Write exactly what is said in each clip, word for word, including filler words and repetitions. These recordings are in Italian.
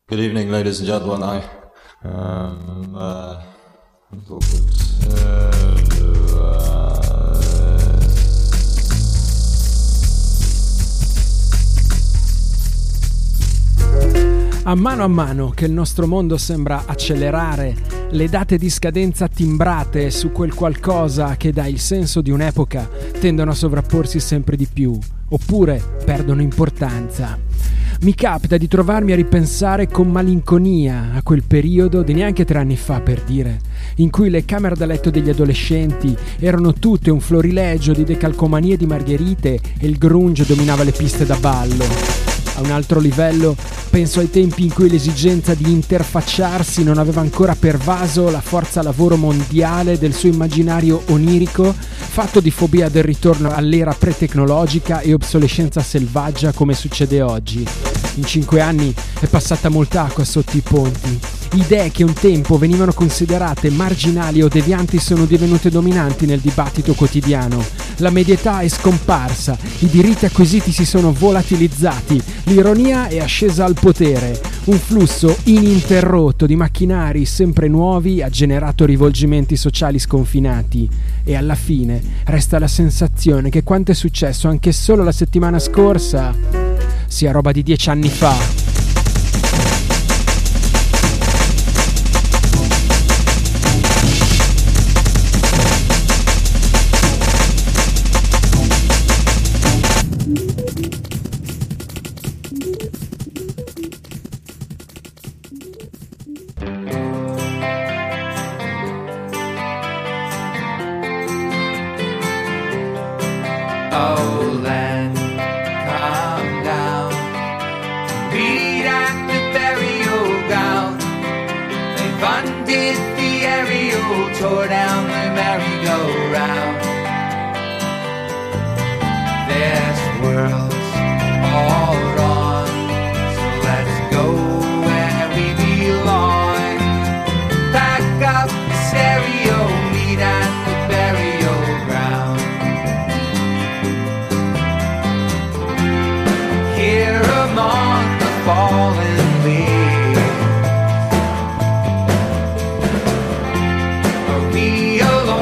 Good evening, ladies and gentlemen. I um, uh, uh, A mano a mano che il nostro mondo sembra accelerare, le date di scadenza timbrate su quel qualcosa che dà il senso di un'epoca tendono a sovrapporsi sempre di più, oppure perdono importanza. Mi capita di trovarmi a ripensare con malinconia a quel periodo di neanche tre anni fa, per dire, in cui le camere da letto degli adolescenti erano tutte un florilegio di decalcomanie di margherite e il grunge dominava le piste da ballo. A un altro livello penso ai tempi in cui l'esigenza di interfacciarsi non aveva ancora pervaso la forza lavoro mondiale del suo immaginario onirico, fatto di fobia del ritorno all'era pre-tecnologica e obsolescenza selvaggia come succede oggi. In cinque anni è passata molta acqua sotto i ponti. Idee che un tempo venivano considerate marginali o devianti sono divenute dominanti nel dibattito quotidiano. La medietà è scomparsa, i diritti acquisiti si sono volatilizzati, l'ironia è ascesa al potere. Un flusso ininterrotto di macchinari sempre nuovi ha generato rivolgimenti sociali sconfinati e alla fine resta la sensazione che quanto è successo anche solo la settimana scorsa sia roba di dieci anni fa. Oh land, come down, meet at the burial ground. They've undid the aerial, tore down the merry-go-round. This world's all wrong, so let's go where we belong. Pack up the stereo, meet at the burial ground. Here among the fallen leaves, are we alone?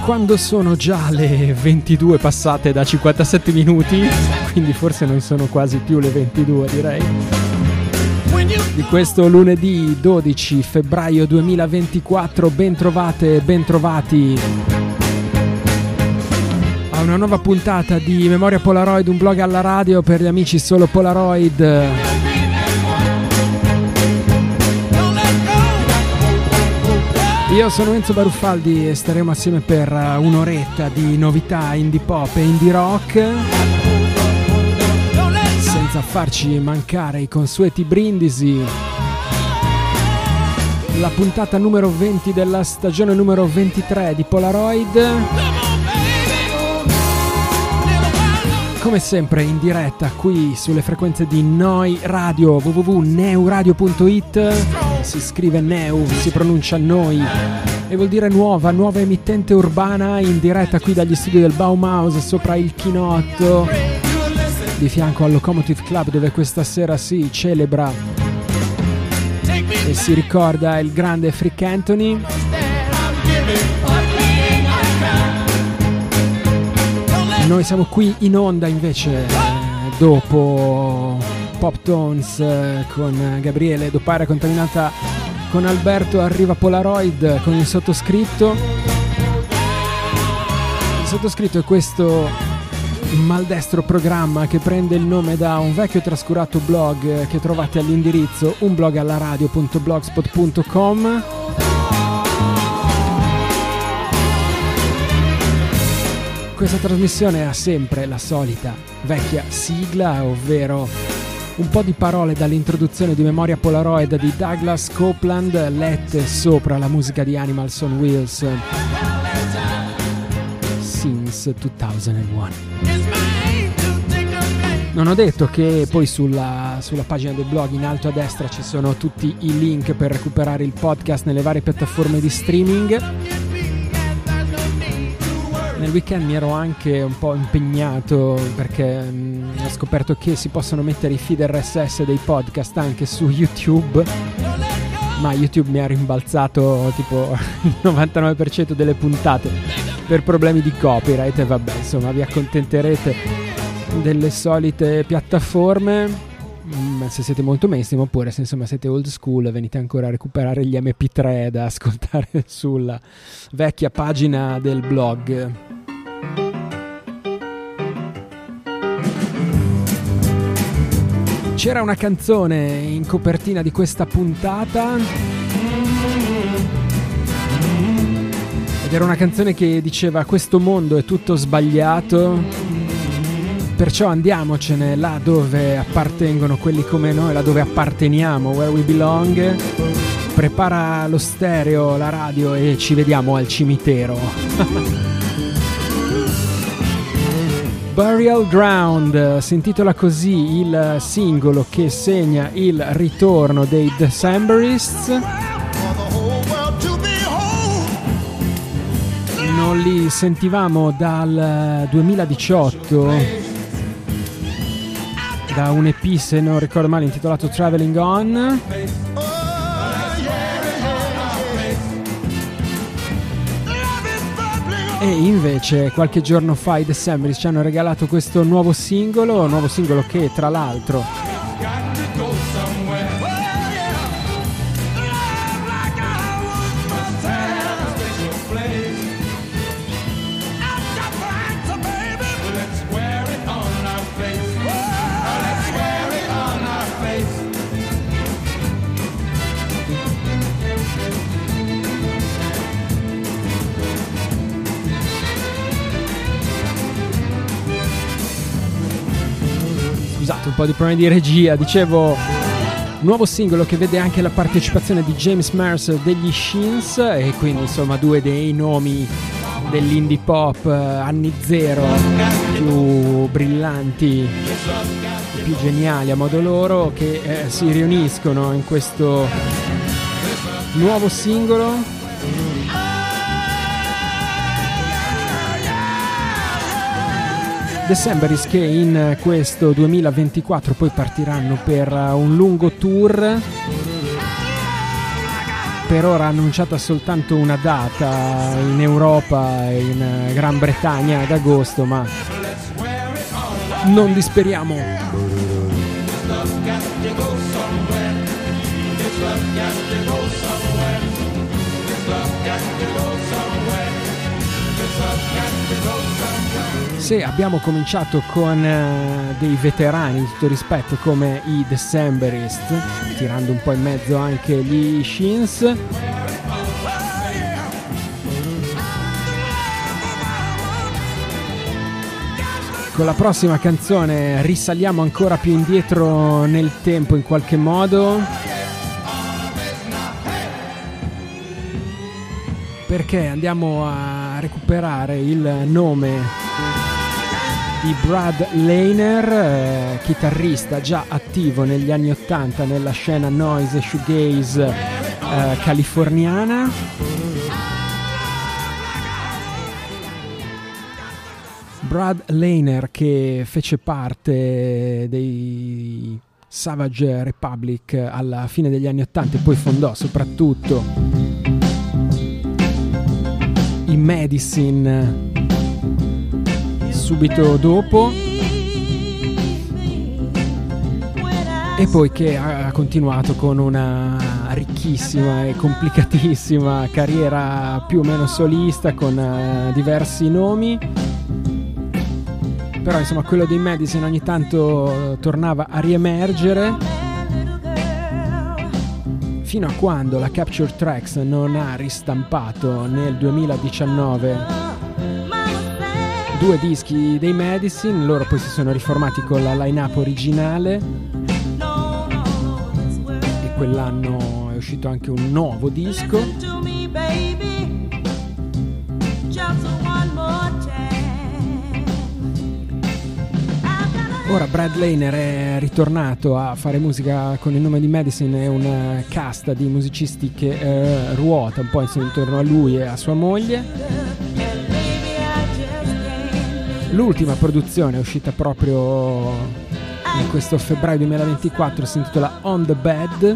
quando sono già le ventidue passate da cinquantasette minuti, quindi forse non sono quasi più le ventidue, direi, di questo lunedì dodici febbraio duemilaventiquattro. Ben trovate e ben trovati a una nuova puntata di Memoria Polaroid, un blog alla radio per gli amici solo Polaroid. Io sono Enzo Baruffaldi e staremo assieme per un'oretta di novità indie pop e indie rock, senza farci mancare i consueti brindisi. La puntata numero venti della stagione numero ventitré di Polaroid, come sempre in diretta qui sulle frequenze di Noi Radio, w w w punto neuradio punto it. Si scrive Neu, si pronuncia Noi e vuol dire nuova, nuova emittente urbana, in diretta qui dagli studi del Baumhaus sopra il Chinotto, di fianco al Locomotive Club, dove questa sera si celebra e si ricorda il grande Frick Anthony. Noi siamo qui in onda invece eh, dopo Pop Tones eh, con Gabriele, dopo Aria Contaminata con Alberto, arriva Polaroid con il sottoscritto. Il sottoscritto è questo maldestro programma che prende il nome da un vecchio trascurato blog che trovate all'indirizzo unblogallaradio punto blogspot punto com. Questa trasmissione ha sempre la solita vecchia sigla, ovvero un po' di parole dall'introduzione di Memoria Polaroid di Douglas Copeland, lette sopra la musica di Animals on Wheels since duemilauno. Non ho detto che poi sulla, sulla pagina del blog in alto a destra ci sono tutti i link per recuperare il podcast nelle varie piattaforme di streaming. Nel weekend mi ero anche un po' impegnato perché mh, ho scoperto che si possono mettere i feed R S S dei podcast anche su YouTube, ma YouTube mi ha rimbalzato tipo il novantanove per cento delle puntate per problemi di copyright e vabbè, insomma, vi accontenterete delle solite piattaforme. Mm, se siete molto mainstream, oppure se insomma siete old school, venite ancora a recuperare gli M P tre da ascoltare sulla vecchia pagina del blog. C'era una canzone in copertina di questa puntata ed era una canzone che diceva: questo mondo è tutto sbagliato, perciò andiamocene là dove appartengono quelli come noi, là dove apparteniamo, where we belong. Prepara lo stereo, la radio e ci vediamo al cimitero. Burial Ground si intitola così il singolo che segna il ritorno dei Decemberists. Non li sentivamo dal duemiladiciotto, da un E P, se non ricordo male, intitolato Traveling On. E invece qualche giorno fa i Decemberists ci hanno regalato questo nuovo singolo, nuovo singolo che tra l'altro un po' di problemi di regia. Dicevo, nuovo singolo che vede anche la partecipazione di James Mercer degli Shins, e quindi insomma due dei nomi dell'indie pop anni zero più brillanti, più geniali a modo loro, che eh, si riuniscono in questo nuovo singolo. Decemberists che in questo duemilaventiquattro poi partiranno per un lungo tour per ora annunciata soltanto una data in Europa e in Gran Bretagna ad agosto, ma non disperiamo. Sì, abbiamo cominciato con uh, dei veterani di tutto rispetto come i Decemberist, tirando un po' in mezzo anche gli Shins. Con la prossima canzone risaliamo ancora più indietro nel tempo in qualche modo, perché andiamo a recuperare il nome di Brad Lehner, eh, chitarrista già attivo negli anni ottanta nella scena noise e shoegaze eh, californiana. Brad Lehner, che fece parte dei Savage Republic alla fine degli anni ottanta e poi fondò soprattutto i Medicine subito dopo, e poi che ha continuato con una ricchissima e complicatissima carriera più o meno solista con uh, diversi nomi. Però insomma quello dei Medicine ogni tanto tornava a riemergere, fino a quando la Capture Tracks non ha ristampato nel duemiladiciannove due dischi dei Medicine. Loro poi si sono riformati con la line-up originale e quell'anno è uscito anche un nuovo disco. Ora Brad Lehner è ritornato a fare musica con il nome di Medicine e una casta di musicisti che eh, ruota un po' intorno a lui e a sua moglie. L'ultima produzione è uscita proprio in questo febbraio duemilaventiquattro, si intitola On the Bed,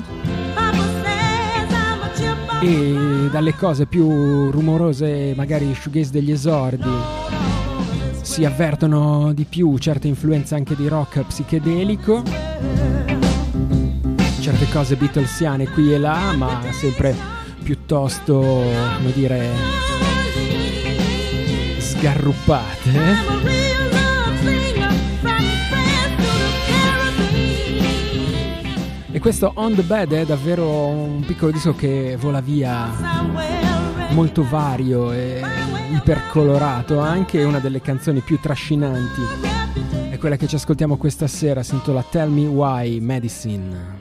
e dalle cose più rumorose, magari shoegaze degli esordi, si avvertono di più certe influenze anche di rock psichedelico, certe cose beatlesiane qui e là, ma sempre piuttosto, come dire, sgarruppate. E questo On the Bed è davvero un piccolo disco che vola via, molto vario e ipercolorato. Anche una delle canzoni più trascinanti è quella che ci ascoltiamo questa sera, si intitola Tell Me Why Medicine.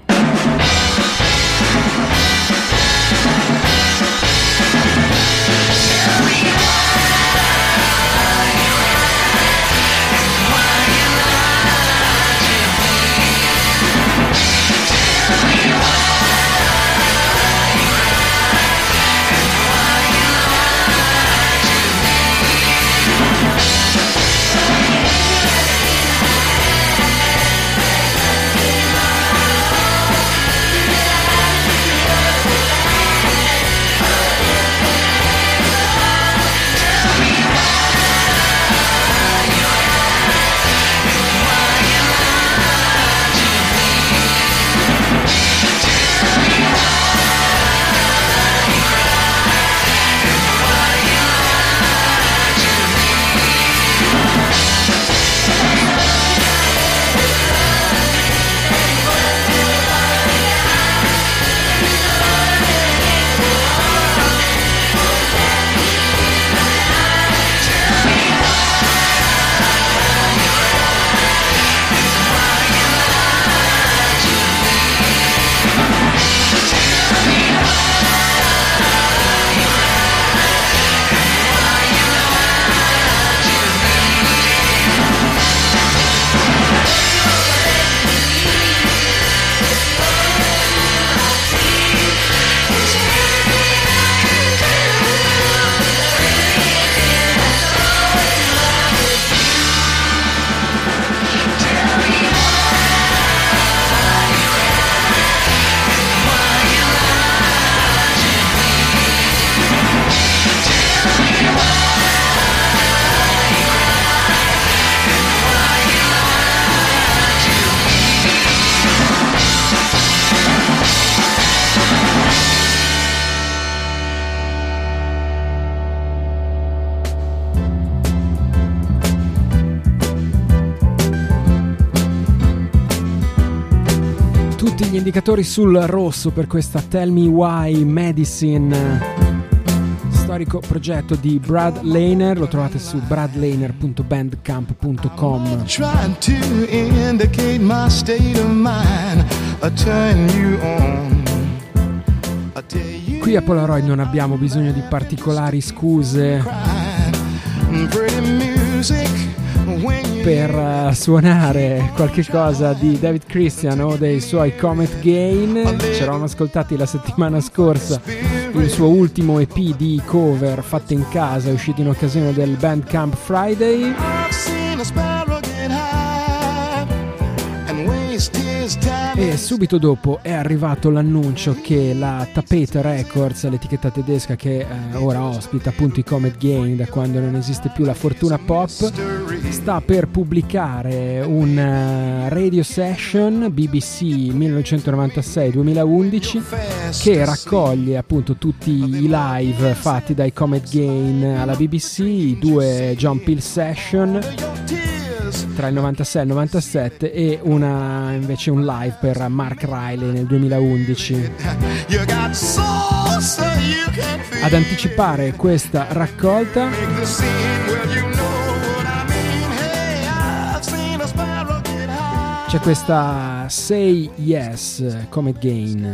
Tutti gli indicatori sul rosso per questa Tell Me Why Medicine, storico progetto di Brad Lehner. Lo trovate su brad lehner punto bandcamp punto com. Trying to indicate my state of mind, I turn you on. I tell you Qui a Polaroid non abbiamo bisogno di particolari scuse pretty music when you per uh, suonare qualche cosa di David Christian o dei suoi Comet Gain. Ci eravamo ascoltati la settimana scorsa il suo ultimo E P di cover fatte in casa, uscito in occasione del Bandcamp Friday. I've seen a sparrow get high and waste his time. E subito dopo è arrivato l'annuncio che la Tapete Records, l'etichetta tedesca che eh, ora ospita appunto i Comet Gain da quando non esiste più la Fortuna Pop, sta per pubblicare un uh, radio session B B C millenovecentonovantasei duemilaundici che raccoglie appunto tutti i live fatti dai Comet Gain alla B B C, due John Peel session tra il novantasei e il novantasette e una invece un live per Mark Riley nel duemilaundici. You got soul, so you can feel Ad anticipare questa raccolta the scene. Well, you know what I mean. Hey, I've seen a sparrow get high. c'è questa Say Yes Comet Gain.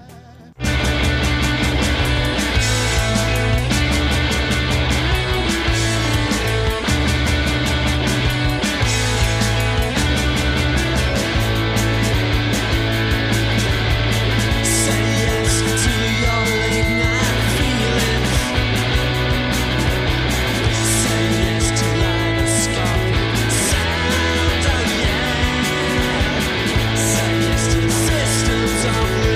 Systems of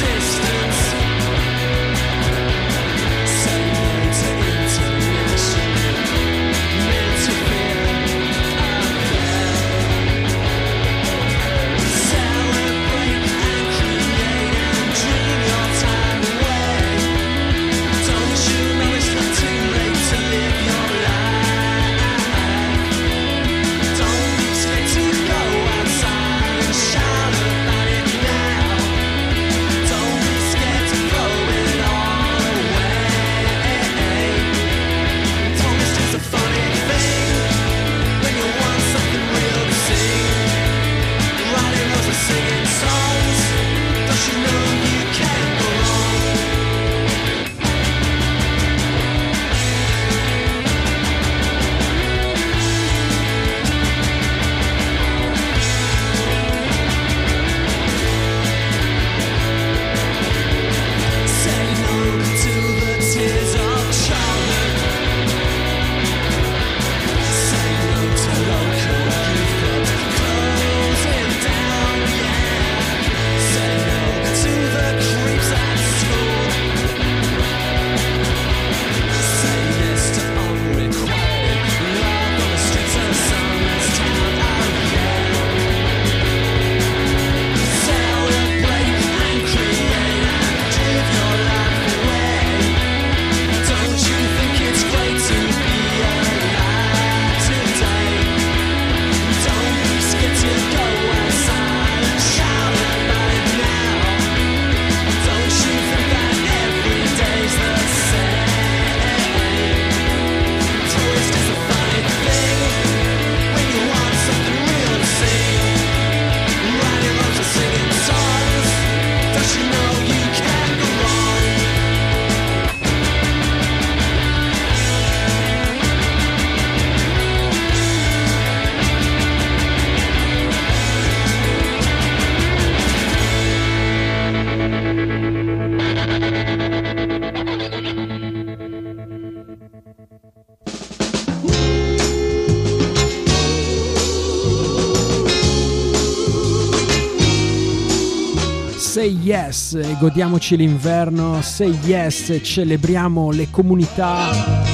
Say yes e godiamoci l'inverno, say yes e celebriamo le comunità,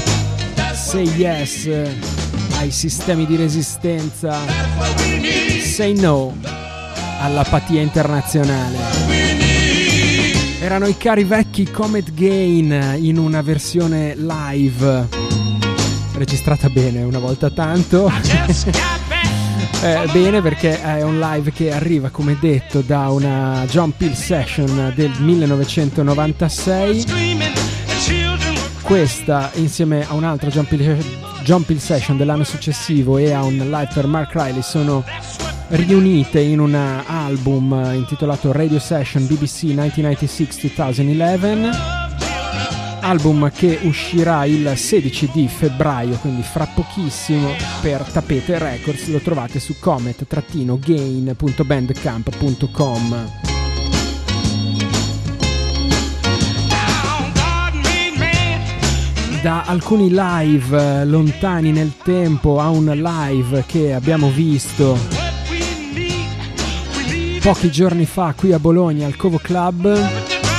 say yes ai sistemi di resistenza, say no all'apatia internazionale. Erano i cari vecchi Comet Gain in una versione live registrata bene una volta tanto. Eh, bene, perché è un live che arriva, come detto, da una John Peel Session del millenovecentonovantasei. Questa insieme a un'altra John Peel, John Peel Session dell'anno successivo e a un live per Mark Riley sono riunite in un album intitolato Radio Session B B C millenovecentonovantasei duemilaundici, album che uscirà il sedici di febbraio, quindi fra pochissimo, per Tapete Records. Lo trovate su comet gain punto bandcamp punto com. Da alcuni live lontani nel tempo a un live che abbiamo visto pochi giorni fa qui a Bologna al Covo Club,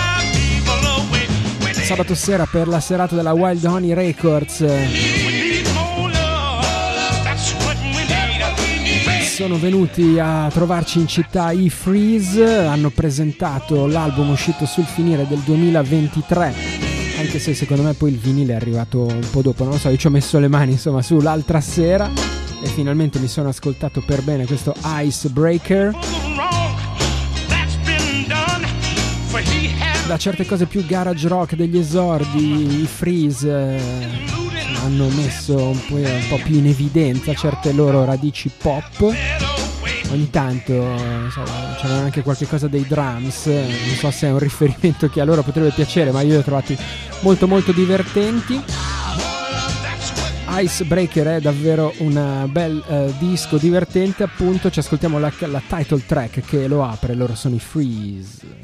sabato sera per la serata della Wild Honey Records. Sono venuti a trovarci in città i Freeze, hanno presentato l'album uscito sul finire del duemilaventitré, anche se secondo me poi il vinile è arrivato un po' dopo, non lo so, io ci ho messo le mani insomma su l'altra sera e finalmente mi sono ascoltato per bene questo Icebreaker. Da certe cose più garage rock degli esordi, i Freeze eh, hanno messo un po', un po' più in evidenza certe loro radici pop. Ogni tanto eh, so, c'era anche qualche cosa dei drums, eh, non so se è un riferimento che a loro potrebbe piacere, ma io li ho trovati molto molto divertenti. Icebreaker è davvero un bel eh, disco divertente, appunto. Ci ascoltiamo la, la title track che lo apre, loro sono i Freeze.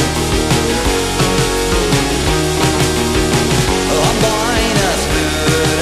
I'm buying us food.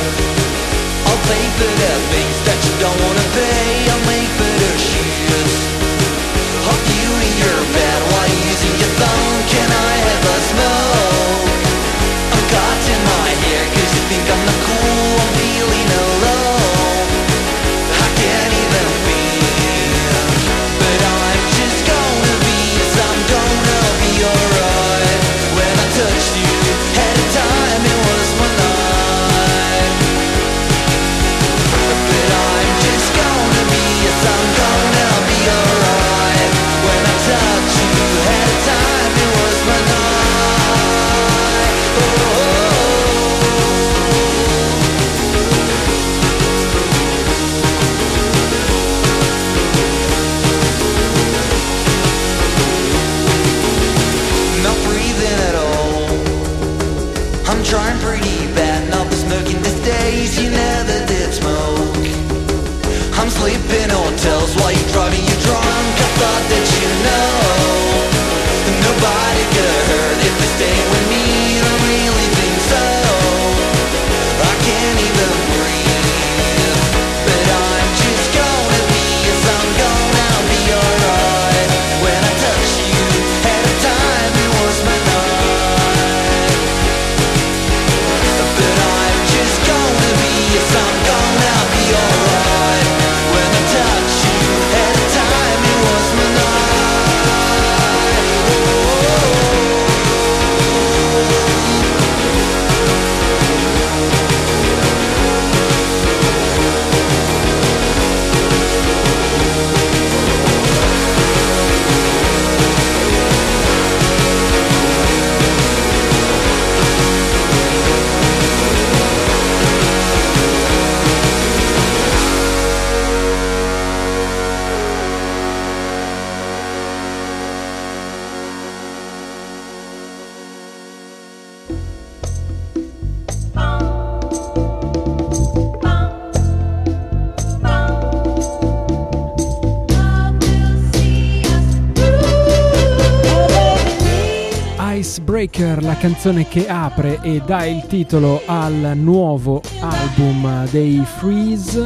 Icebreaker, la canzone che apre e dà il titolo al nuovo album dei Freeze.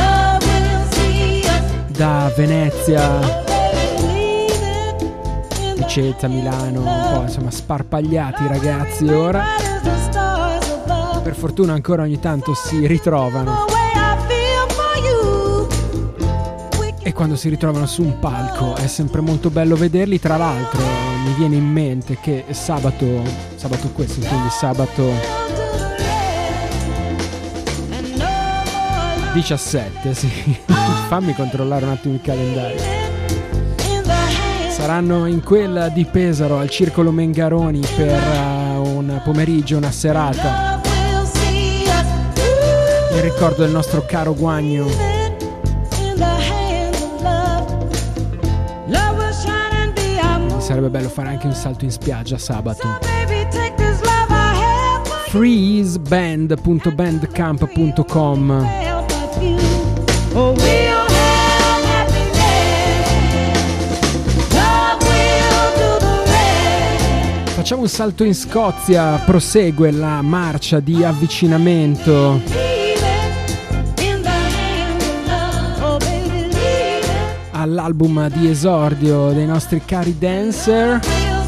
Da Venezia, Vicenza, Milano, un po' insomma sparpagliati i ragazzi ora. Per fortuna ancora ogni tanto si ritrovano. E quando si ritrovano su un palco è sempre molto bello vederli. Tra l'altro mi viene in mente che sabato, sabato questo, quindi sabato diciassette, sì, fammi controllare un attimo il calendario, saranno in quella di Pesaro al Circolo Mengaroni per uh, un pomeriggio, una serata in ricordo del nostro caro Guagno. Sarebbe bello fare anche un salto in spiaggia sabato. freezeband punto bandcamp punto com. Facciamo un salto in Scozia, prosegue la marcia di avvicinamento all'album di esordio dei nostri cari Dancer.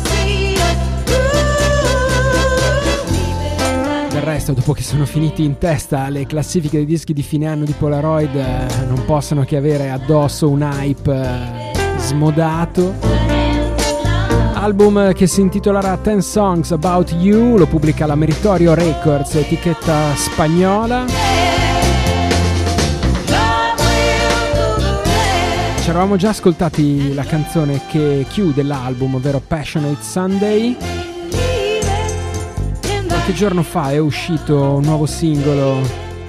Del resto, dopo che sono finiti in testa le classifiche dei dischi di fine anno di Polaroid, non possono che avere addosso un hype smodato. Album che si intitolerà ten Songs About You, lo pubblica la Meritorio Records, etichetta spagnola. Ci eravamo già ascoltati la canzone che chiude l'album, ovvero Passionate Sunday. Qualche giorno fa è uscito un nuovo singolo,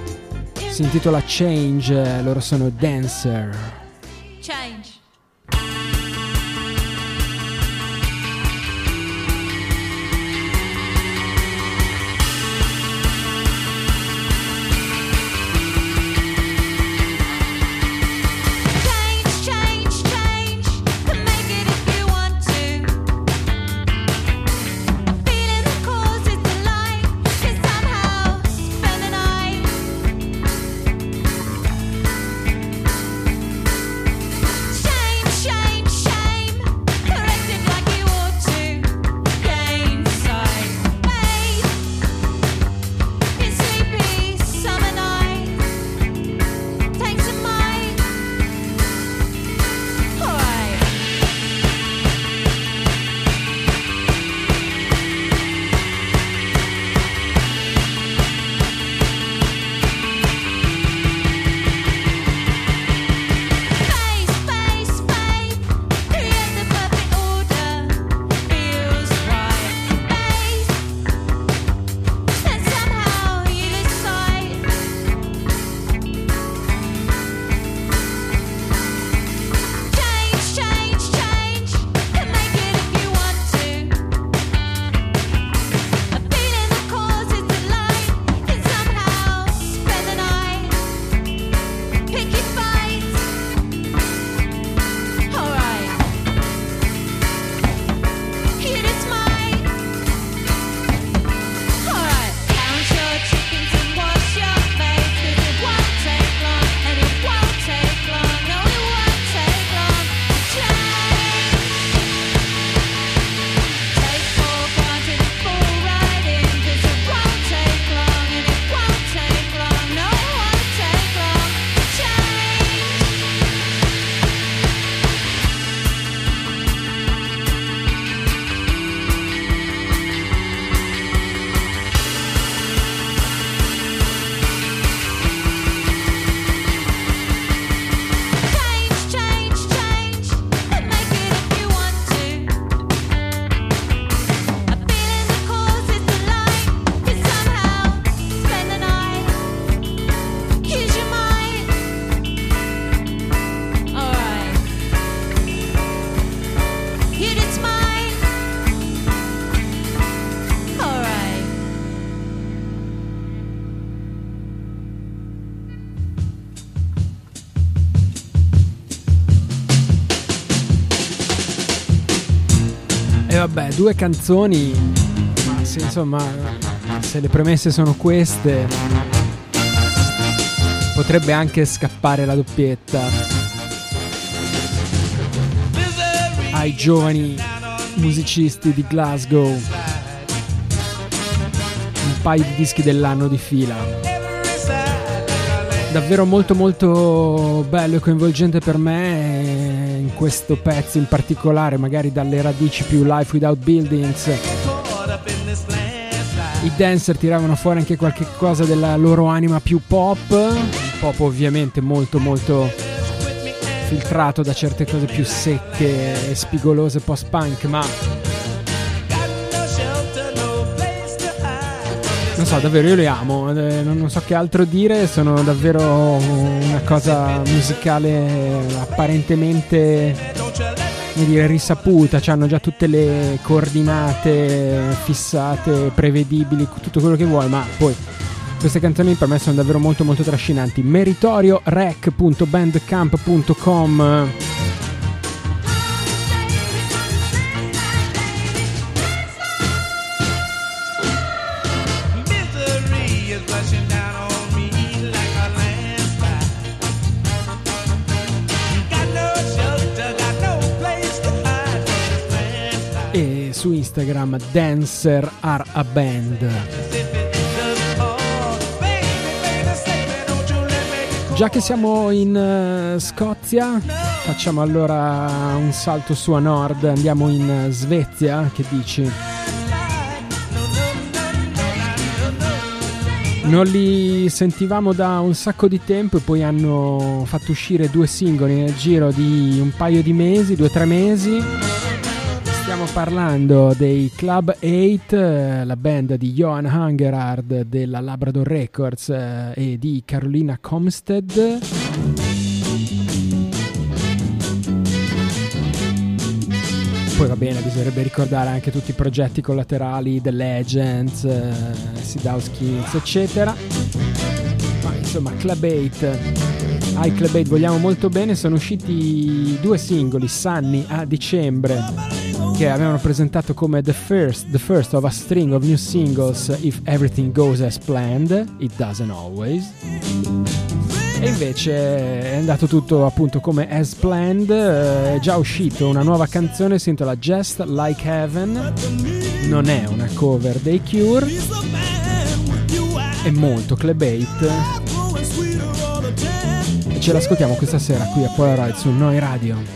si intitola Change, loro sono Dancer. Change. vabbè, due canzoni sì, insomma, se le premesse sono queste, potrebbe anche scappare la doppietta ai giovani musicisti di Glasgow. Un paio di dischi dell'anno di fila. Davvero molto molto bello e coinvolgente per me in questo pezzo in particolare, magari dalle radici più Life Without Buildings. I Dancer tiravano fuori anche qualche cosa della loro anima più pop, un pop ovviamente molto molto filtrato da certe cose più secche e spigolose post-punk, ma non so, davvero io li amo, non so che altro dire, sono davvero una cosa musicale apparentemente, come dire, risaputa, cioè hanno già tutte le coordinate fissate, prevedibili, tutto quello che vuoi, ma poi queste canzoni per me sono davvero molto molto trascinanti. meritorio rec punto bandcamp punto com. E su Instagram Dancer Are a Band. Già che siamo in uh, Scozia, facciamo allora un salto su a nord, andiamo in uh, Svezia, che dici? Non li sentivamo da un sacco di tempo e poi hanno fatto uscire due singoli nel giro di un paio di mesi, due o tre mesi. Stiamo parlando dei Club otto, la band di Johan Hungerhard della Labrador Records e di Carolina Comsted. Poi va bene, bisognerebbe ricordare anche tutti i progetti collaterali, The Legends, Sidowskis, eccetera. Ma insomma, Club otto. Ai Club otto vogliamo molto bene, sono usciti due singoli, Sunny a dicembre, che avevano presentato come the first, the first of a string of new singles If Everything Goes As Planned, It Doesn't Always. E invece è andato tutto appunto come As Planned. È già uscito una nuova canzone, si intitola Just Like Heaven, non è una cover dei Cure, è molto Club otto e ce l'ascoltiamo questa sera qui a Polaroid su Noi Radio.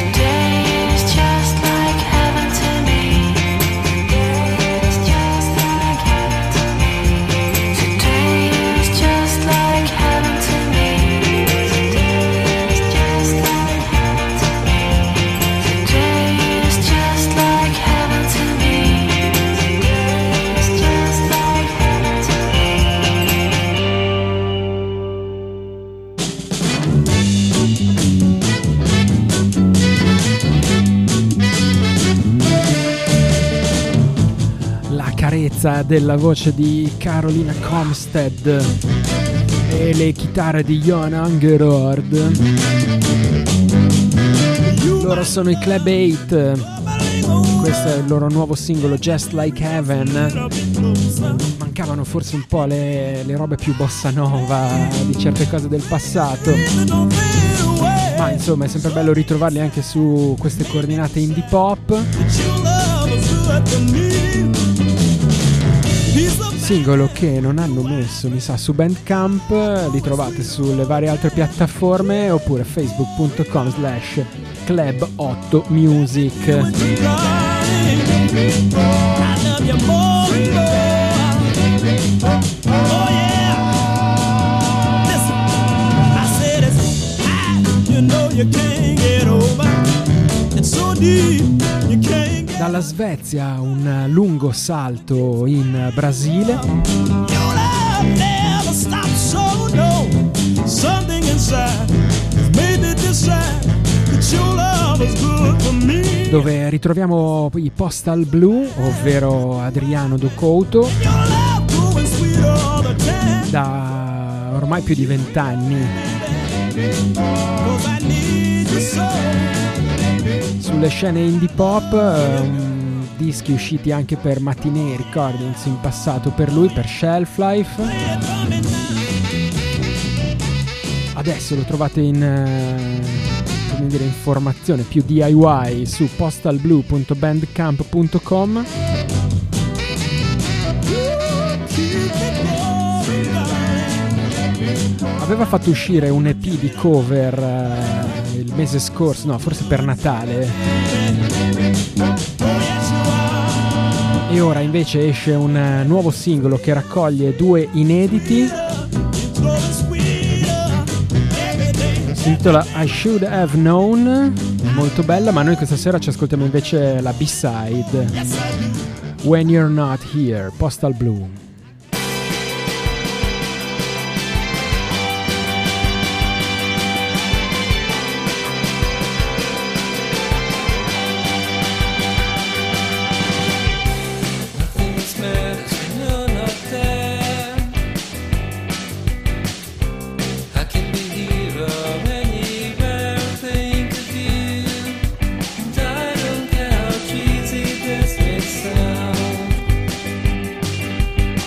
Just chiarezza della voce di Carolina Comstead e le chitarre di Jon Angerord. Loro sono i Club otto, questo è il loro nuovo singolo Just Like Heaven. Mancavano forse un po' le, le robe più bossa nova di certe cose del passato, ma insomma è sempre bello ritrovarli anche su queste coordinate indie pop. Singolo che non hanno messo, mi sa, su Bandcamp. Li trovate sulle varie altre piattaforme oppure facebook punto com slash club otto music. Dalla Svezia un lungo salto in Brasile. Dove ritroviamo i Postal Blue, ovvero Adriano Do Couto, da ormai più di vent'anni. Sulle scene indie pop, um, dischi usciti anche per Matinee Recordings in passato per lui, per Shelf Life. Adesso lo trovate in, uh, come dire, informazione più D I Y su postal blue punto bandcamp punto com. Aveva fatto uscire un E P di cover uh, il mese scorso, no, forse per Natale. E ora invece esce un uh, nuovo singolo che raccoglie due inediti. Si intitola I Should Have Known, molto bella, ma noi questa sera ci ascoltiamo invece la B-side, When You're Not Here, Postal Blue. Sound.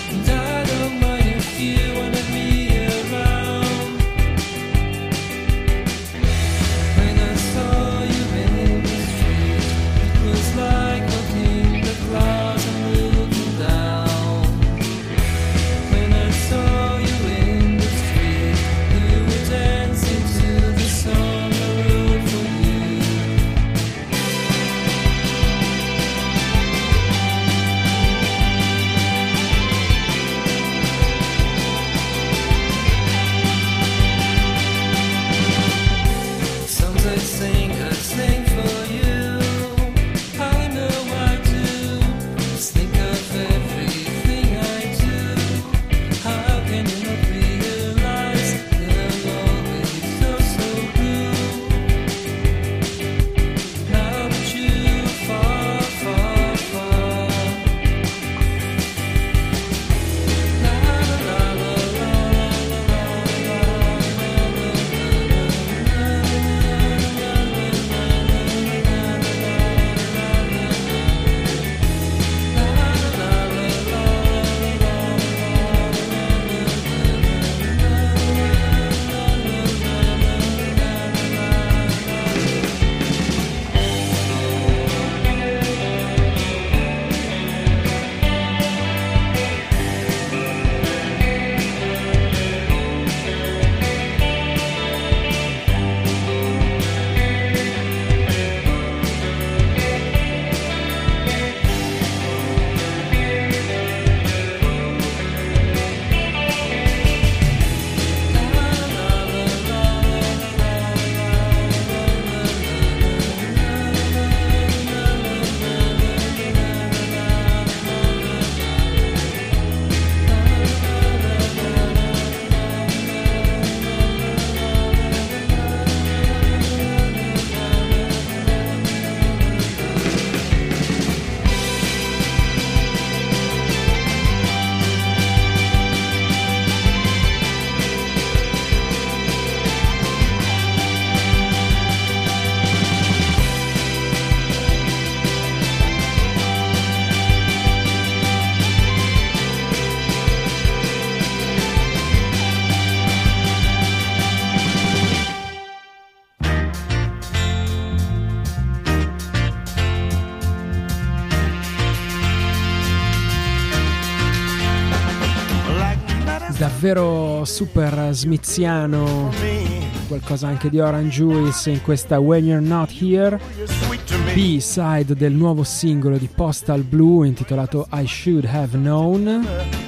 davvero super smithiano, qualcosa anche di Orange Juice in questa When You're Not Here, B-side del nuovo singolo di Postal Blue intitolato I Should Have Known.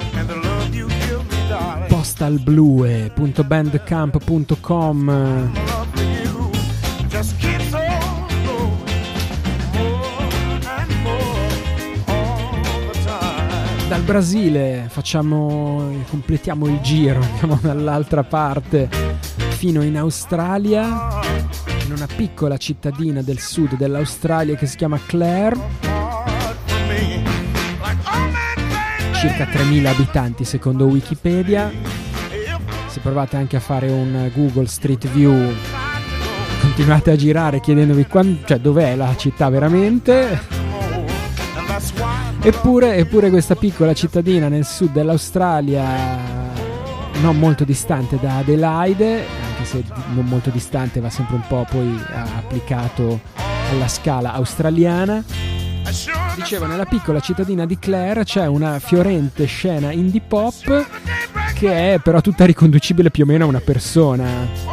postalblue punto bandcamp punto com. Dal Brasile facciamo, completiamo il giro, andiamo dall'altra parte fino in Australia, in una piccola cittadina del sud dell'Australia che si chiama Clare, circa tremila abitanti secondo Wikipedia. Se provate anche a fare un Google Street View, continuate a girare chiedendovi quando, cioè, dov'è la città veramente. Eppure, eppure questa piccola cittadina nel sud dell'Australia, non molto distante da Adelaide, anche se non molto distante va sempre un po' poi applicato alla scala australiana. Dicevo, nella piccola cittadina di Clare c'è una fiorente scena indie pop che è però tutta riconducibile più o meno a una persona,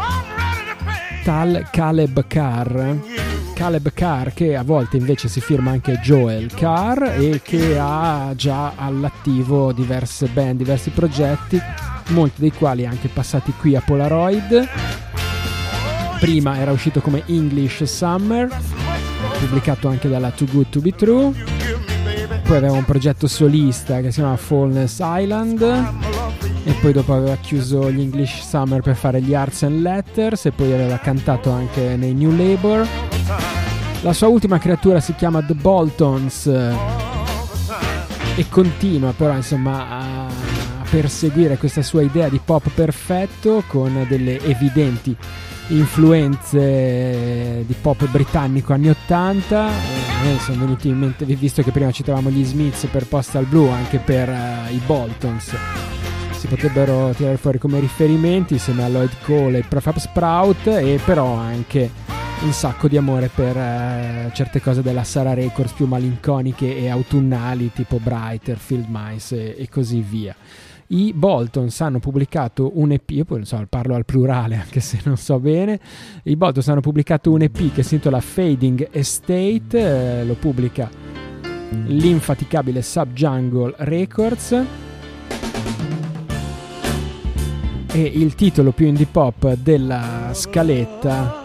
tal Caleb Carr. Caleb Carr, che a volte invece si firma anche Joel Carr e che ha già all'attivo diverse band, diversi progetti, molti dei quali anche passati qui a Polaroid. Prima era uscito come English Summer, pubblicato anche dalla Too Good To Be True. Poi aveva un progetto solista che si chiama Fallness Island, e poi dopo aveva chiuso gli English Summer per fare gli Arts and Letters, e poi aveva cantato anche nei New Labour. La sua ultima creatura si chiama The Boltons e continua però insomma a perseguire questa sua idea di pop perfetto con delle evidenti influenze di pop britannico anni ottanta. A me sono venuti in mente, visto che prima citavamo gli Smiths per Postal Blue, anche per uh, i Boltons si potrebbero tirare fuori come riferimenti, insieme a Lloyd Cole e Prefab Sprout, e però anche un sacco di amore per uh, certe cose della Sarah Records più malinconiche e autunnali, tipo Brighter, Field Mice e, e così via. I Boltons hanno pubblicato un E P, io poi non so, parlo al plurale anche se non so bene. I Boltons hanno pubblicato un E P che si intitola Fading Estate, eh, lo pubblica l'infaticabile Subjungle Records, e il titolo più indie pop della scaletta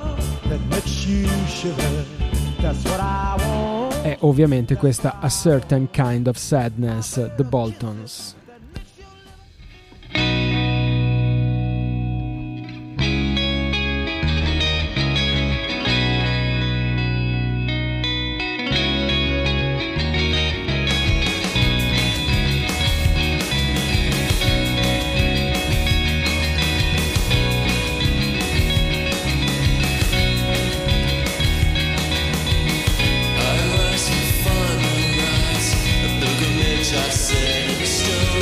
è ovviamente questa A Certain Kind of Sadness, The Boltons. I set in stone.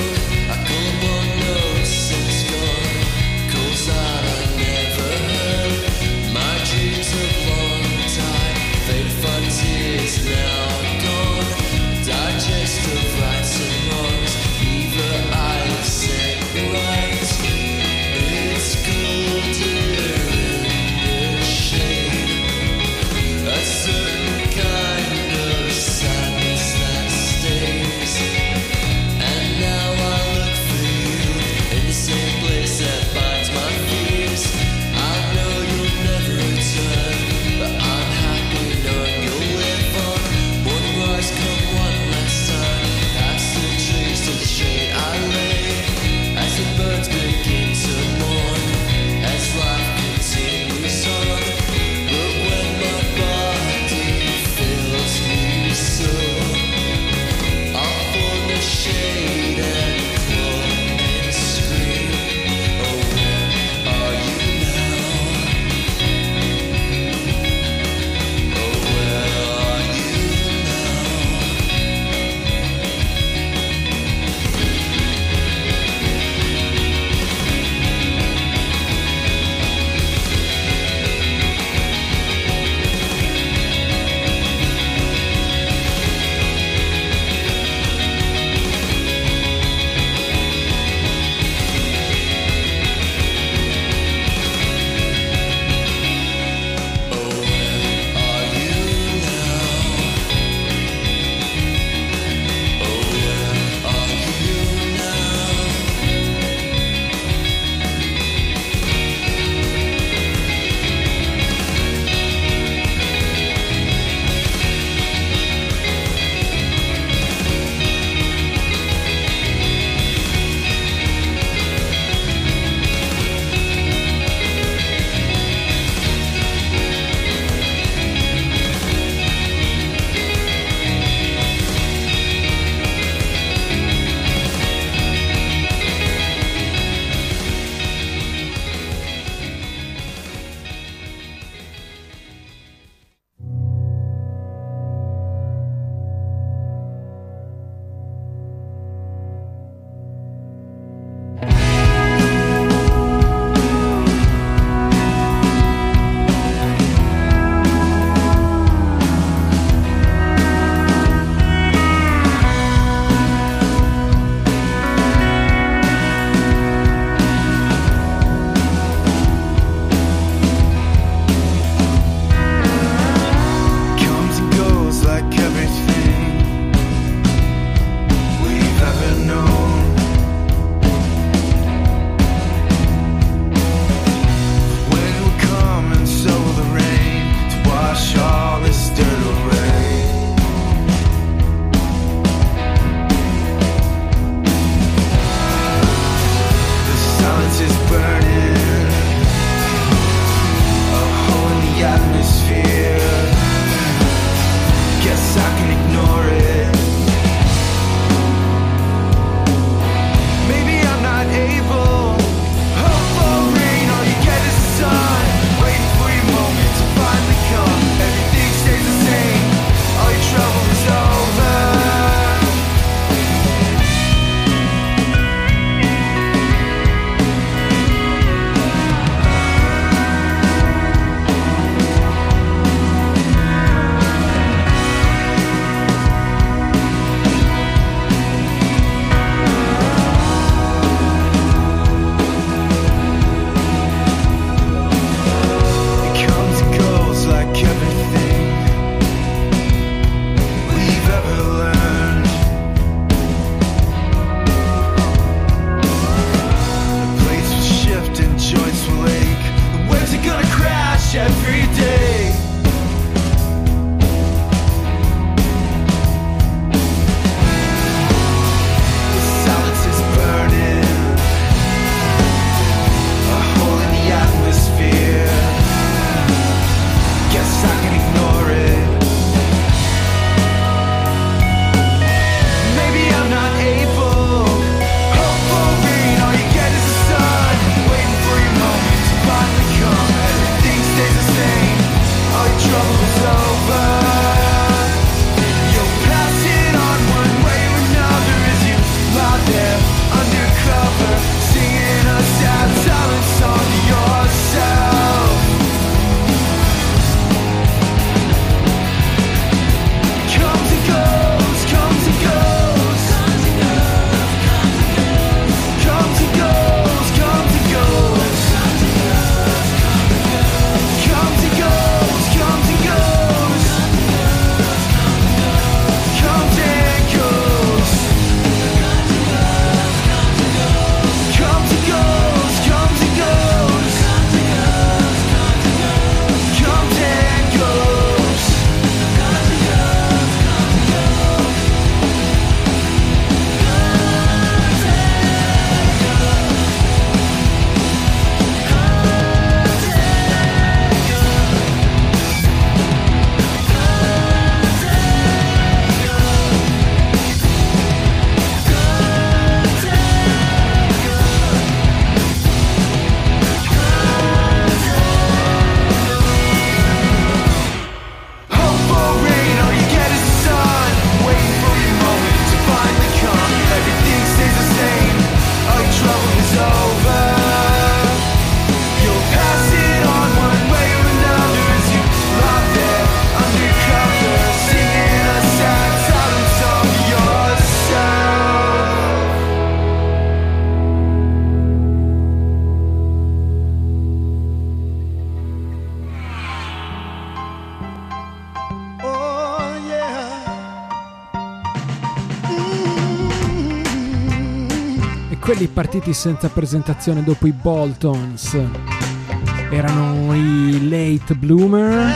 quelli partiti senza presentazione dopo i Boltons erano i Late Bloomer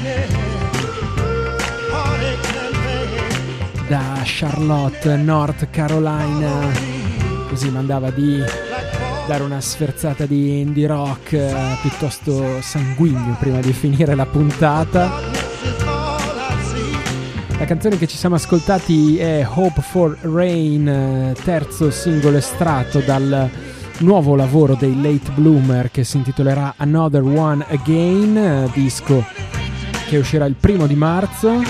da Charlotte, North Carolina, così mandava di dare una sferzata di indie rock eh, piuttosto sanguigno prima di finire la puntata. La canzone che ci siamo ascoltati è Hope for Rain, terzo singolo estratto dal nuovo lavoro dei Late Bloomer che si intitolerà Another One Again, disco che uscirà il primo di marzo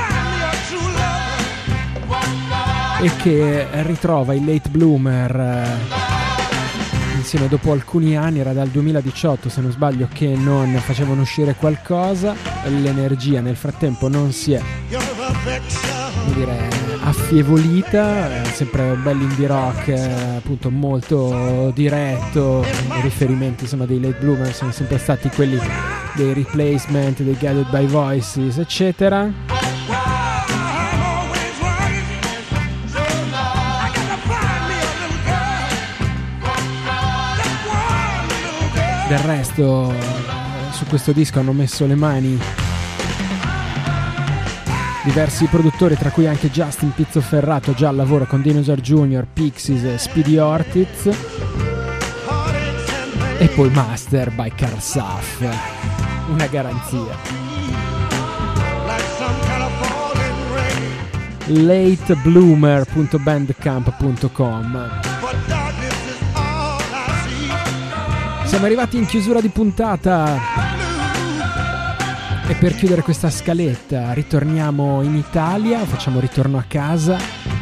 e che ritrova i Late Bloomer insieme dopo alcuni anni. Era dal duemiladiciotto, se non sbaglio, che non facevano uscire qualcosa. L'energia nel frattempo non si è, come dire, affievolita, sempre belli indie rock, appunto molto diretto. I riferimenti insomma dei Late Bloomer sono sempre stati quelli dei Replacement, dei Guided by Voices, eccetera. Del resto su questo disco hanno messo le mani diversi produttori, tra cui anche Justin Pizzoferrato, già al lavoro con Dinosaur Junior, Pixies e Speedy Ortiz, e poi Master by Carl Saff, una garanzia. late bloomer punto bandcamp punto com. Siamo arrivati in chiusura di puntata e per chiudere questa scaletta ritorniamo in Italia, facciamo ritorno a casa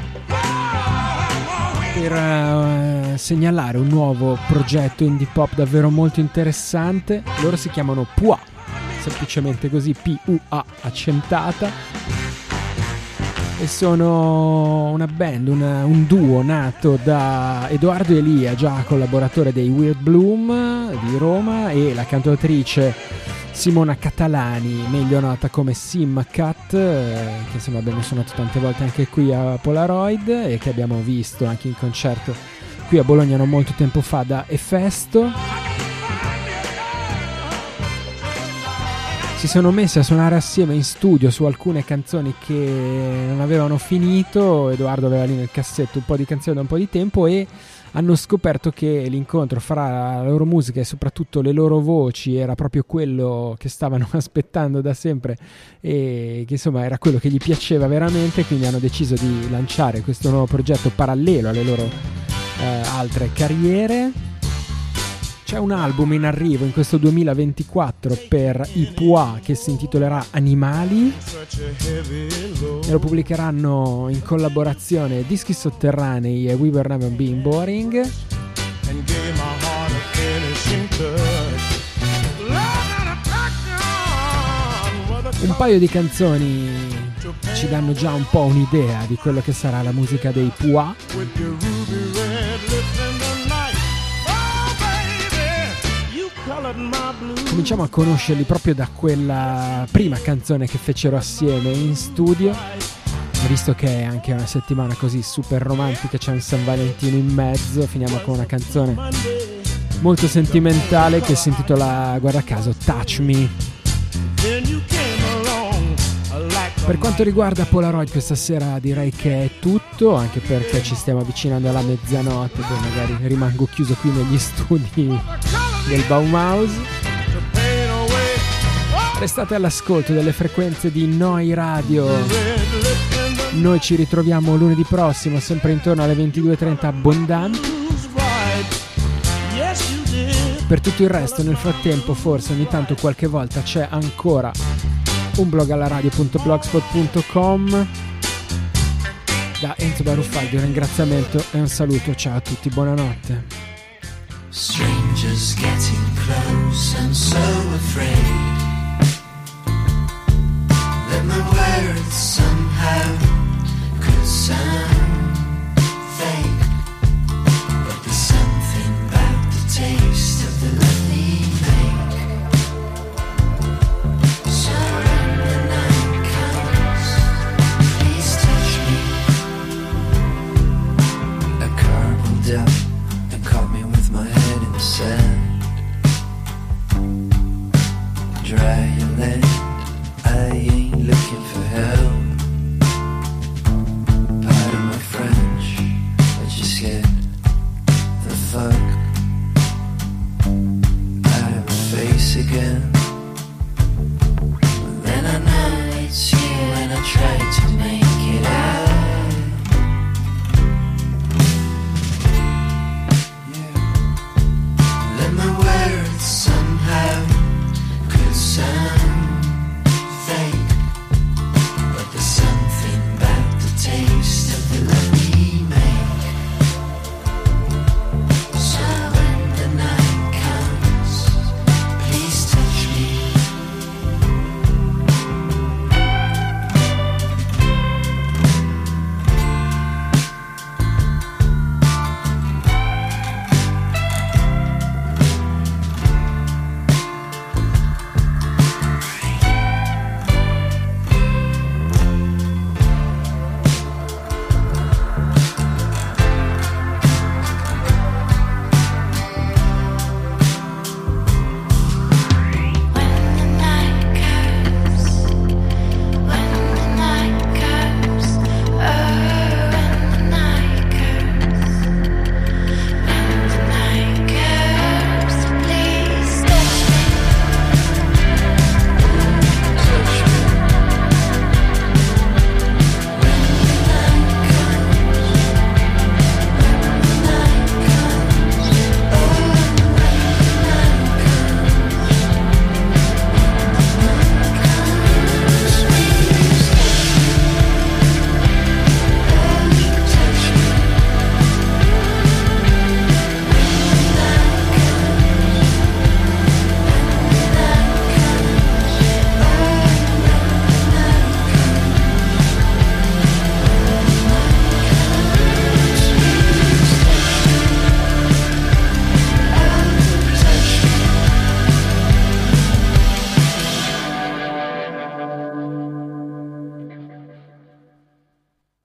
per uh, segnalare un nuovo progetto indie pop davvero molto interessante. Loro si chiamano Pua, semplicemente così, P U A accentata, e sono una band, una, un duo nato da Edoardo Elia, già collaboratore dei Weird Bloom di Roma, e la cantautrice Simona Catalani, meglio nota come Sim Cat, eh, che insomma abbiamo suonato tante volte anche qui a Polaroid e che abbiamo visto anche in concerto qui a Bologna non molto tempo fa da Efesto. Si sono messi a suonare assieme in studio su alcune canzoni che non avevano finito. Edoardo aveva lì nel cassetto un po' di canzoni da un po' di tempo e hanno scoperto che l'incontro fra la loro musica e soprattutto le loro voci era proprio quello che stavano aspettando da sempre e che insomma era quello che gli piaceva veramente, quindi hanno deciso di lanciare questo nuovo progetto parallelo alle loro eh, altre carriere. C'è un album in arrivo in questo duemilaventiquattro per i Pua che si intitolerà Animali e lo pubblicheranno in collaborazione Dischi Sotterranei e We Were Never Been Boring. Un paio di canzoni ci danno già un po' un'idea di quello che sarà la musica dei Pua. Cominciamo a conoscerli proprio da quella prima canzone che fecero assieme in studio, e visto che è anche una settimana così super romantica, c'è un San Valentino in mezzo, finiamo con una canzone molto sentimentale che si intitola, guarda caso, Touch Me. Per quanto riguarda Polaroid questa sera direi che è tutto, anche perché ci stiamo avvicinando alla mezzanotte, poi magari rimango chiuso qui negli studi del Baumhaus. Restate all'ascolto delle frequenze di Noi Radio. Noi ci ritroviamo lunedì prossimo sempre intorno alle ventidue e trenta abbondanti. Per tutto il resto, nel frattempo, forse ogni tanto qualche volta c'è ancora un blog alla radio punto blogspot punto com. Da Enzo Baruffaldi un ringraziamento e un saluto, ciao a tutti, buonanotte. Strangers getting close and so afraid. Then the words somehow